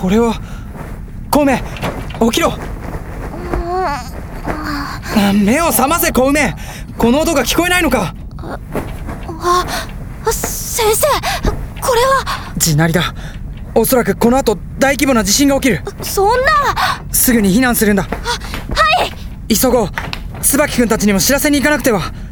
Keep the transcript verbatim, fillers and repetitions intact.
これは小梅、起きろ。目を覚ませ小梅、この音が聞こえないのか。 ああ、先生、これは地鳴りだ。おそらくこの後大規模な地震が起きる。 そんな。 すぐに避難するんだ。 ははい。 急ごう。椿くんたちにも知らせに行かなくては。